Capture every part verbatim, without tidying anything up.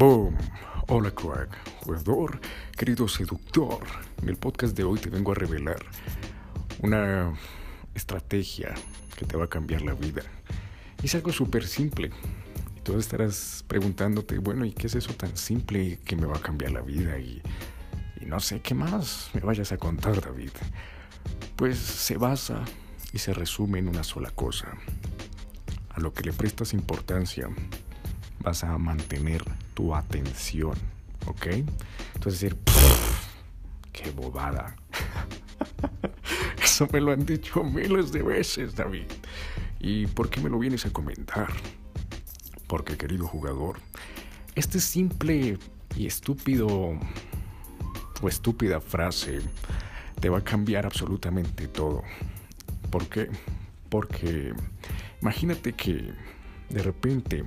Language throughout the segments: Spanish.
Boom. Hola crack, jugador, querido seductor. En el podcast de hoy te vengo a revelar una estrategia que te va a cambiar la vida. Es algo súper simple. Y tú estarás preguntándote, bueno, ¿y qué es eso tan simple que me va a cambiar la vida? Y, y no sé qué más me vayas a contar, David. Pues se basa y se resume en una sola cosa. A lo que le prestas importancia, vas a mantener tu atención, ¿ok? Entonces decir, ¡qué bobada! Eso me lo han dicho miles de veces, David. ¿Y por qué me lo vienes a comentar? Porque, querido jugador, este simple y estúpido o estúpida frase te va a cambiar absolutamente todo. ¿Por qué? Porque imagínate que de repente,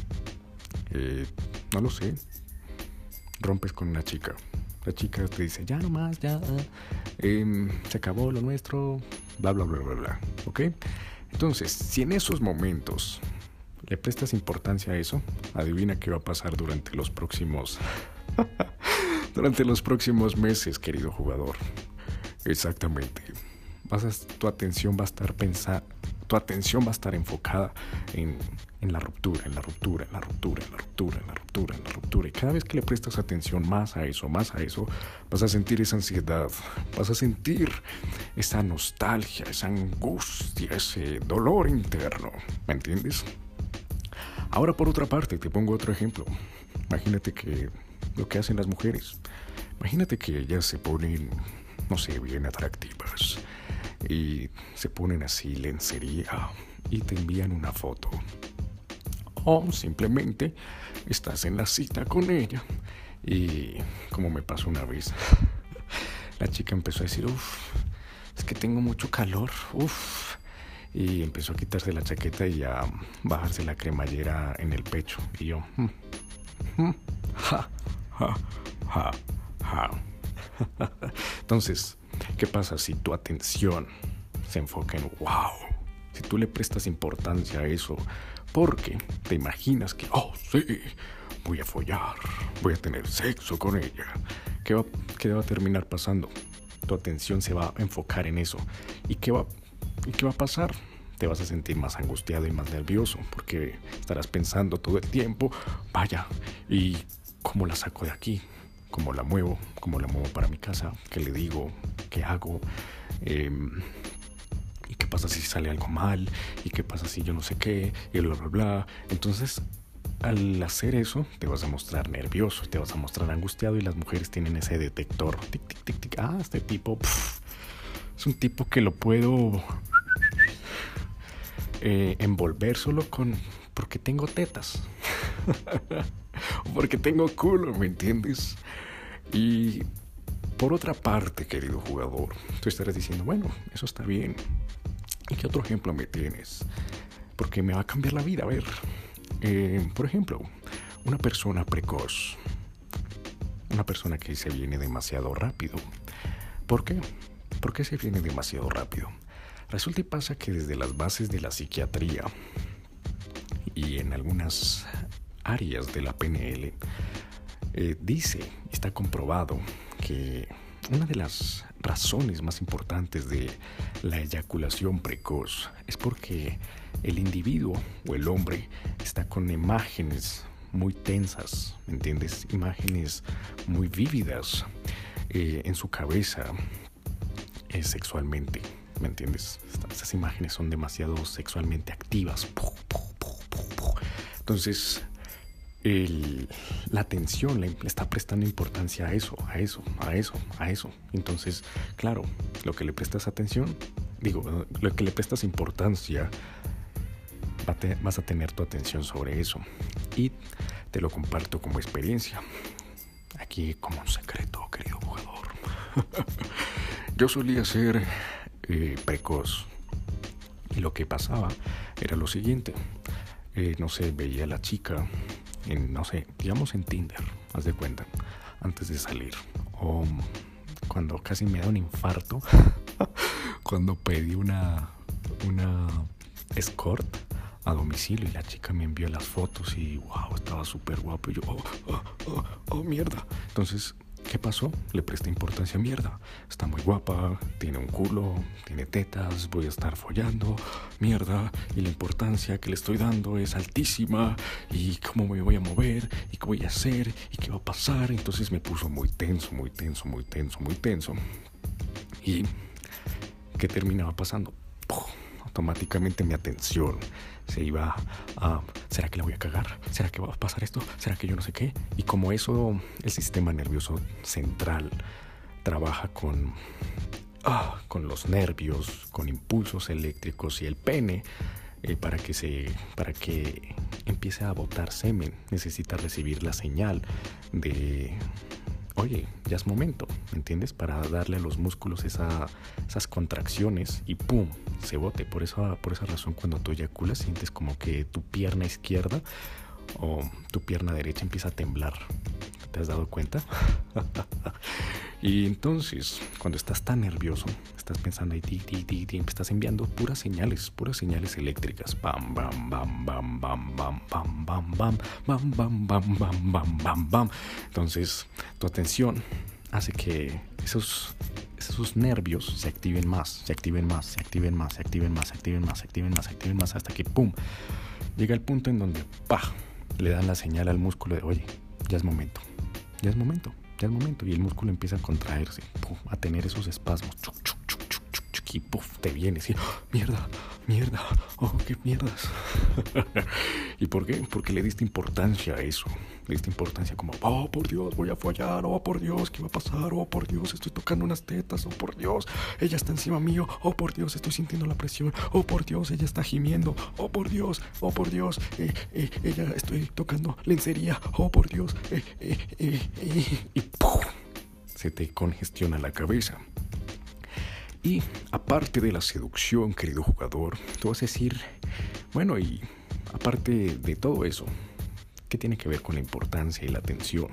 eh, no lo sé, rompes con una chica. La chica te dice, ya nomás, ya, eh, se acabó lo nuestro, bla, bla, bla, bla, bla, ¿ok? Entonces, si en esos momentos le prestas importancia a eso, adivina qué va a pasar durante los próximos, durante los próximos meses, querido jugador. Exactamente. Vas a, tu atención va a estar pensada, tu atención va a estar enfocada en, en la ruptura, en la ruptura, en la ruptura, en la ruptura, en la ruptura, en la ruptura. Y cada vez que le prestas atención más a eso, más a eso, vas a sentir esa ansiedad, vas a sentir esa nostalgia, esa angustia, ese dolor interno, ¿me entiendes? Ahora, por otra parte, te pongo otro ejemplo. Imagínate que lo que hacen las mujeres, imagínate que ellas se ponen, no sé, bien atractivas y se ponen así lencería y te envían una foto, o simplemente estás en la cita con ella y, como me pasó una vez, la chica empezó a decir, uff, es que tengo mucho calor, uff, y empezó a quitarse la chaqueta y a bajarse la cremallera en el pecho, y yo mm, mm, ja, ja, ja, ja. Entonces, ¿qué pasa si tu atención se enfoca en wow? Si tú le prestas importancia a eso, porque te imaginas que, oh, sí, voy a follar, voy a tener sexo con ella. ¿Qué va, qué va a terminar pasando? Tu atención se va a enfocar en eso. ¿Y qué va, y qué va a pasar? Te vas a sentir más angustiado y más nervioso, porque estarás pensando todo el tiempo, vaya, ¿y cómo la saco de aquí? ¿Cómo la muevo? ¿Cómo la muevo para mi casa? ¿Qué le digo? ¿Qué hago? Eh, ¿Y qué pasa si sale algo mal? ¿Y qué pasa si yo no sé qué? Y bla, bla, bla. Entonces, al hacer eso, te vas a mostrar nervioso, te vas a mostrar angustiado, y las mujeres tienen ese detector. Tic, tic, tic, tic. Ah, este tipo pff, es un tipo que lo puedo eh, envolver solo con... porque tengo tetas. O porque tengo culo, ¿me entiendes? Y por otra parte, querido jugador, tú estarás diciendo, bueno, eso está bien. ¿Y qué otro ejemplo me tienes? Porque me va a cambiar la vida. A ver, eh, por ejemplo, una persona precoz, una persona que se viene demasiado rápido. ¿Por qué? ¿Por qué se viene demasiado rápido? Resulta y pasa que desde las bases de la psiquiatría y en algunas áreas de la P N L, eh, dice, está comprobado que una de las razones más importantes de la eyaculación precoz es porque el individuo o el hombre está con imágenes muy tensas, ¿me entiendes? Imágenes muy vívidas eh, en su cabeza eh, sexualmente, ¿me entiendes? Estas imágenes son demasiado sexualmente activas. Entonces, El, la atención le, le está prestando importancia a eso, a eso, a eso, a eso. Entonces, claro, lo que le prestas atención, digo, lo que le prestas importancia, va te, vas a tener tu atención sobre eso. Y te lo comparto como experiencia, aquí como un secreto, querido jugador. Yo solía ser eh, precoz, y lo que pasaba era lo siguiente. Eh, no sé, veía a la chica en, no sé, digamos en Tinder, haz de cuenta, antes de salir, o cuando casi me da un infarto, cuando pedí una, una escort, a domicilio y la chica me envió las fotos y wow, estaba súper guapo. Y yo, oh, oh, oh, oh, mierda. Entonces, ¿qué pasó? Le presté importancia a mierda. Está muy guapa, tiene un culo, tiene tetas, voy a estar follando, mierda. Y la importancia que le estoy dando es altísima. Y cómo me voy a mover, y qué voy a hacer, y qué va a pasar. Entonces me puso muy tenso, muy tenso, muy tenso, muy tenso. Y ¿qué terminaba pasando? ¡Pum! Automáticamente mi atención se iba a, ¿será que la voy a cagar? ¿Será que va a pasar esto? ¿Será que yo no sé qué? Y como eso, el sistema nervioso central trabaja con, ah, con los nervios, con impulsos eléctricos y el pene, eh, para que se, para que empiece a botar semen, necesita recibir la señal de... Oye, ya es momento, ¿me entiendes? Para darle a los músculos esa, esas contracciones y ¡pum! Se bote. Por eso, por esa razón, cuando tú eyaculas, sientes como que tu pierna izquierda o tu pierna derecha empieza a temblar. ¿Te has dado cuenta? Y entonces, cuando estás tan nervioso, estás pensando ahí, ti, ti, ti, ti, estás enviando puras señales, puras señales eléctricas. Bam, bam, bam, bam, bam, bam, bam, bam, bam, bam, bam, bam, bam, bam, bam, bam. Entonces, tu atención hace que esos, esos nervios se activen más, se activen más, se activen más, se activen más, se activen más, se activen más, se activen más, hasta que ¡pum! Llega el punto en donde ¡pah! Le dan la señal al músculo de, oye, ya es momento, ya es momento. Ya es momento, y el músculo empieza a contraerse, puf, a tener esos espasmos, chuc, chuc, chuc, chuc, chuc, chuc, y puff, te vienes y oh, mierda, mierda, oh, qué mierdas. ¿Y por qué? Porque le diste importancia a eso, le diste importancia como, oh, por Dios, voy a follar, oh, por Dios, ¿qué va a pasar? Oh, por Dios, estoy tocando unas tetas, oh, por Dios, ella está encima mío, oh, por Dios, estoy sintiendo la presión, oh, por Dios, ella está gimiendo, oh, por Dios, oh, por Dios, eh, eh, ella, estoy tocando lencería, oh, por Dios, eh, eh, eh, eh, y ¡pum! Se te congestiona la cabeza. Y aparte de la seducción, querido jugador, tú vas a decir, bueno, y aparte de todo eso, ¿qué tiene que ver con la importancia y la atención?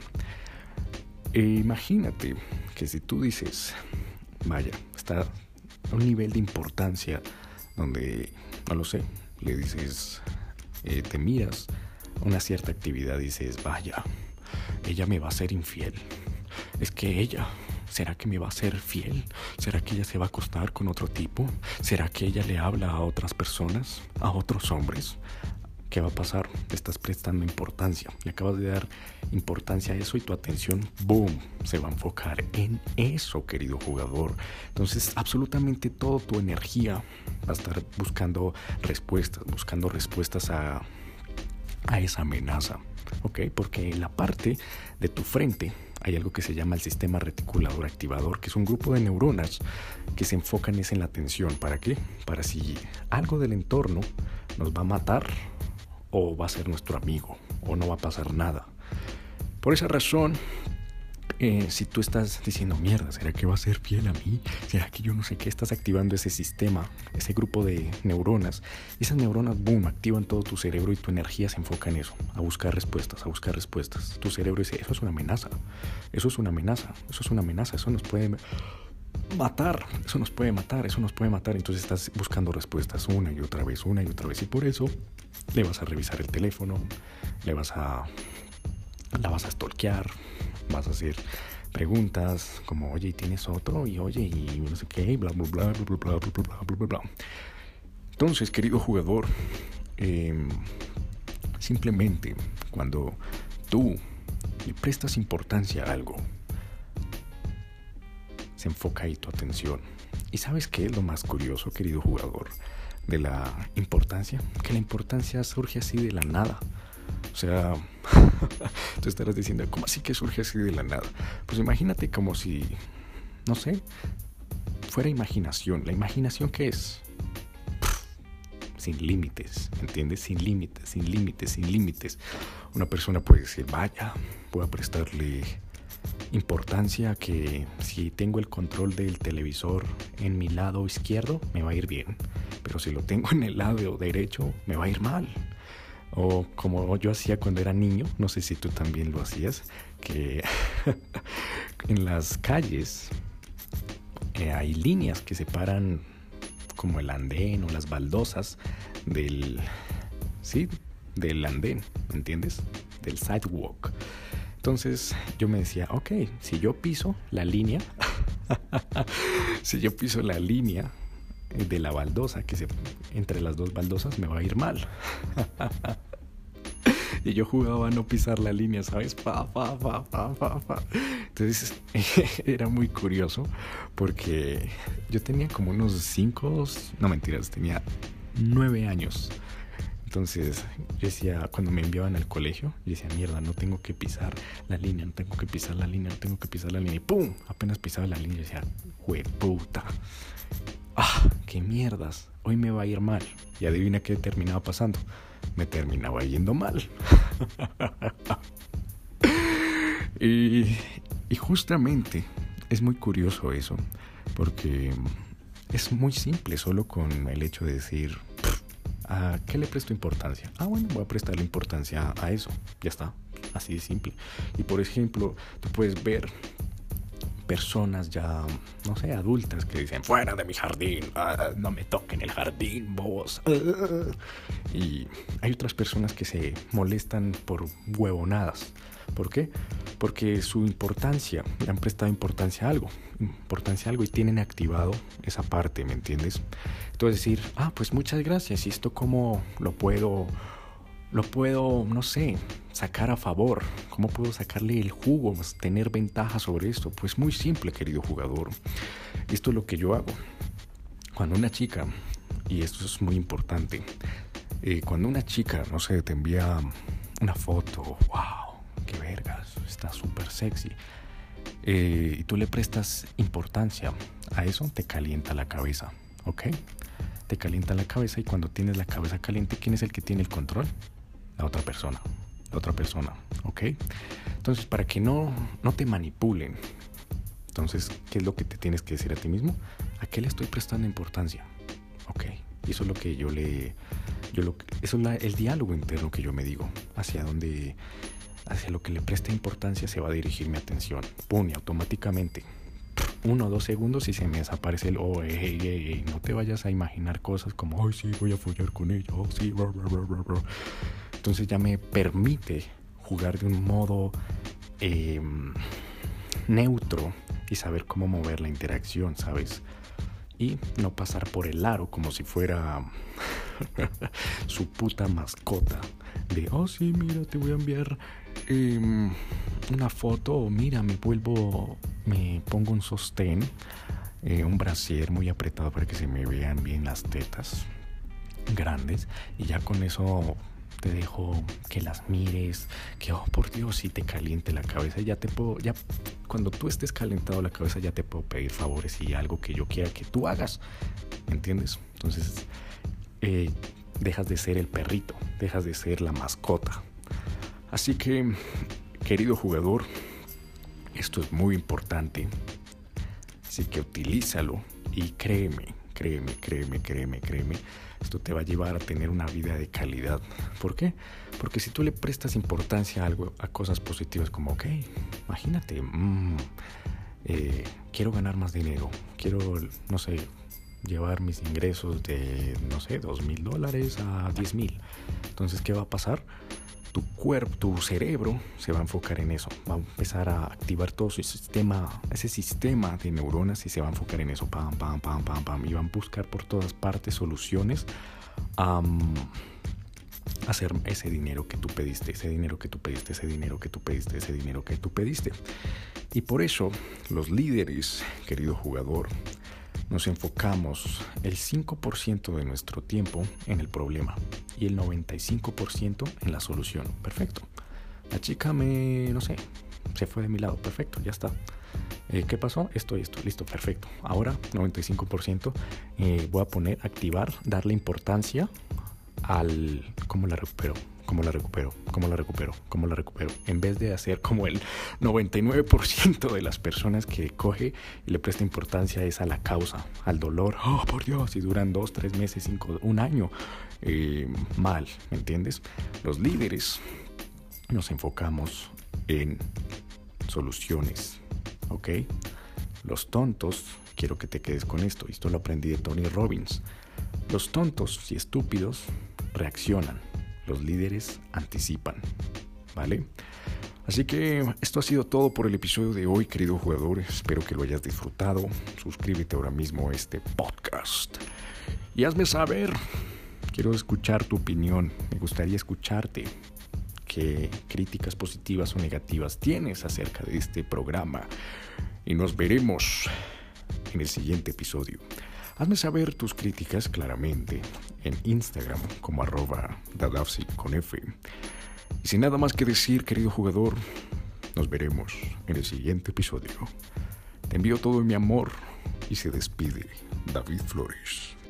E imagínate que si tú dices, vaya, está a un nivel de importancia donde, no lo sé, le dices, eh, te miras a una cierta actividad y dices, vaya, ella me va a ser infiel. Es que ella, ¿será que me va a ser fiel? ¿Será que ella se va a acostar con otro tipo? ¿Será que ella le habla a otras personas? ¿A otros hombres? ¿Qué va a pasar? Te estás prestando importancia. Le acabas de dar importancia a eso y tu atención, ¡boom!, se va a enfocar en eso, querido jugador. Entonces, absolutamente toda tu energía va a estar buscando respuestas, buscando respuestas a, a esa amenaza. ¿Ok? Porque en la parte de tu frente hay algo que se llama el sistema reticulador activador, que es un grupo de neuronas que se enfocan en la atención. ¿Para qué? Para si algo del entorno nos va a matar o va a ser nuestro amigo o no va a pasar nada. Por esa razón, eh, si tú estás diciendo, mierda, ¿será que va a ser fiel a mí? ¿Será que yo no sé qué? Estás activando ese sistema, ese grupo de neuronas. Y esas neuronas, boom, activan todo tu cerebro y tu energía se enfoca en eso, a buscar respuestas, a buscar respuestas. Tu cerebro dice, eso es una amenaza, eso es una amenaza, eso es una amenaza, eso nos puede matar, eso nos puede matar, eso nos puede matar. Entonces estás buscando respuestas una y otra vez, una y otra vez. Y por eso le vas a revisar el teléfono, le vas a... la vas a stalkear, vas a hacer preguntas como, oye, ¿tienes otro? Y oye, y no sé qué, bla, bla, bla, bla, bla, bla, bla, bla, bla, bla. Entonces, querido jugador, eh, simplemente cuando tú le prestas importancia a algo, se enfoca ahí tu atención. ¿Y sabes qué es lo más curioso, querido jugador, de la importancia? Que la importancia surge así de la nada. O sea, tú estarás diciendo, ¿cómo así que surge así de la nada? Pues imagínate como si, no sé, fuera imaginación. ¿La imaginación qué es? Pff, sin límites, ¿entiendes? Sin límites, sin límites, sin límites. Una persona puede decir, vaya, voy a prestarle importancia a que si tengo el control del televisor en mi lado izquierdo, me va a ir bien. Pero si lo tengo en el lado derecho, me va a ir mal. O como yo hacía cuando era niño, no sé si tú también lo hacías, que en las calles eh, hay líneas que separan como el andén o las baldosas del, ¿sí? Del andén, ¿me entiendes? Del sidewalk. Entonces yo me decía, ok, si yo piso la línea, si yo piso la línea de la baldosa, que se, entre las dos baldosas me va a ir mal. Y yo jugaba a no pisar la línea, ¿sabes? Pa, pa, pa, pa, pa, pa. Entonces era muy curioso porque yo tenía como unos cinco, no mentiras, tenía nueve años. Entonces yo decía, cuando me enviaban al colegio, yo decía, mierda, no tengo que pisar la línea, no tengo que pisar la línea, no tengo que pisar la línea. Y ¡pum! Apenas pisaba la línea y decía, ¡jueputa! ¡Ah! ¡Qué mierdas! Hoy me va a ir mal. Y adivina qué terminaba pasando. Me terminaba yendo mal. y, y justamente es muy curioso eso, porque es muy simple, solo con el hecho de decir, ¿a qué le presto importancia? Ah, bueno, voy a prestarle importancia a eso. Ya está, así de simple. Y por ejemplo, tú puedes ver personas ya, no sé, adultas que dicen, fuera de mi jardín, uh, no me toquen el jardín, bobos. Uh. Y hay otras personas que se molestan por huevonadas. ¿Por qué? Porque su importancia, le han prestado importancia a algo, importancia a algo y tienen activado esa parte, ¿me entiendes? Entonces decir, ah, pues muchas gracias, y esto cómo lo puedo... Lo puedo, no sé, sacar a favor. ¿Cómo puedo sacarle el jugo, tener ventaja sobre esto? Pues muy simple, querido jugador. Esto es lo que yo hago. Cuando una chica, y esto es muy importante, eh, cuando una chica, no sé, te envía una foto, wow, qué vergas, está súper sexy, eh, y tú le prestas importancia a eso, te calienta la cabeza, ¿ok? Te calienta la cabeza, y cuando tienes la cabeza caliente, ¿quién es el que tiene el control? La otra persona, la otra persona, ¿ok? Entonces, para que no, no te manipulen, entonces, ¿qué es lo que te tienes que decir a ti mismo? ¿A qué le estoy prestando importancia? ¿Ok? Y eso es lo que yo le... Yo lo, eso es la, el diálogo interno que yo me digo, hacia dónde, hacia lo que le presta importancia se va a dirigir mi atención. ¡Pum! Y automáticamente, uno o dos segundos y se me desaparece el, oh, hey, hey, hey, no te vayas a imaginar cosas como, ay, sí, voy a follar con ella, oh, sí, bla, bla, bla, bla, bla. Entonces ya me permite jugar de un modo eh, neutro y saber cómo mover la interacción, ¿sabes? Y no pasar por el aro como si fuera su puta mascota. De, oh sí, mira, te voy a enviar eh, una foto, o mira, me vuelvo, me pongo un sostén, eh, un brasier muy apretado para que se me vean bien las tetas grandes, y ya con eso te dejo que las mires, que oh por Dios, si te caliente la cabeza, ya te puedo, ya cuando tú estés calentado la cabeza ya te puedo pedir favores y algo que yo quiera que tú hagas, ¿me entiendes? Entonces eh, dejas de ser el perrito, dejas de ser la mascota. Así que, querido jugador, esto es muy importante, así que utilízalo y créeme, créeme, créeme, créeme, créeme. Esto te va a llevar a tener una vida de calidad. ¿Por qué? Porque si tú le prestas importancia a algo, a cosas positivas como, ok, imagínate, mmm, eh, quiero ganar más dinero, quiero, no sé, llevar mis ingresos de, no sé, dos mil dólares a diez mil. Entonces, ¿qué va a pasar? Tu cuerpo, tu cerebro se va a enfocar en eso, va a empezar a activar todo su sistema, ese sistema de neuronas, y se va a enfocar en eso, pam, pam, pam, pam, pam, y van a buscar por todas partes soluciones a um, hacer ese dinero que tú pediste, ese dinero que tú pediste, ese dinero que tú pediste, ese dinero que tú pediste. Y por eso los líderes, querido jugador, nos enfocamos el cinco por ciento de nuestro tiempo en el problema y el noventa y cinco por ciento en la solución. Perfecto. La chica me, no sé, se fue de mi lado. Perfecto, ya está. Eh, ¿Qué pasó? Esto y esto. Listo, perfecto. Ahora, noventa y cinco por ciento eh, voy a poner, activar, darle importancia al cómo la recupero, cómo la recupero, cómo la recupero, cómo la recupero. En vez de hacer como el noventa y nueve por ciento de las personas que coge y le presta importancia es a la causa, al dolor. Oh, por Dios, y duran dos, tres meses, cinco, un año. Eh, mal, ¿me entiendes? Los líderes nos enfocamos en soluciones, ¿ok? Los tontos, quiero que te quedes con esto, esto lo aprendí de Tony Robbins. Los tontos y estúpidos reaccionan, los líderes anticipan, ¿vale? Así que esto ha sido todo por el episodio de hoy, querido jugador. Espero que lo hayas disfrutado. Suscríbete ahora mismo a este podcast y hazme saber. Quiero escuchar tu opinión. Me gustaría escucharte. ¿Qué críticas positivas o negativas tienes acerca de este programa? Y nos veremos en el siguiente episodio. Hazme saber tus críticas claramente en Instagram como arroba dadafsi con F. Y sin nada más que decir, querido jugador, nos veremos en el siguiente episodio. Te envío todo mi amor y se despide David Flores.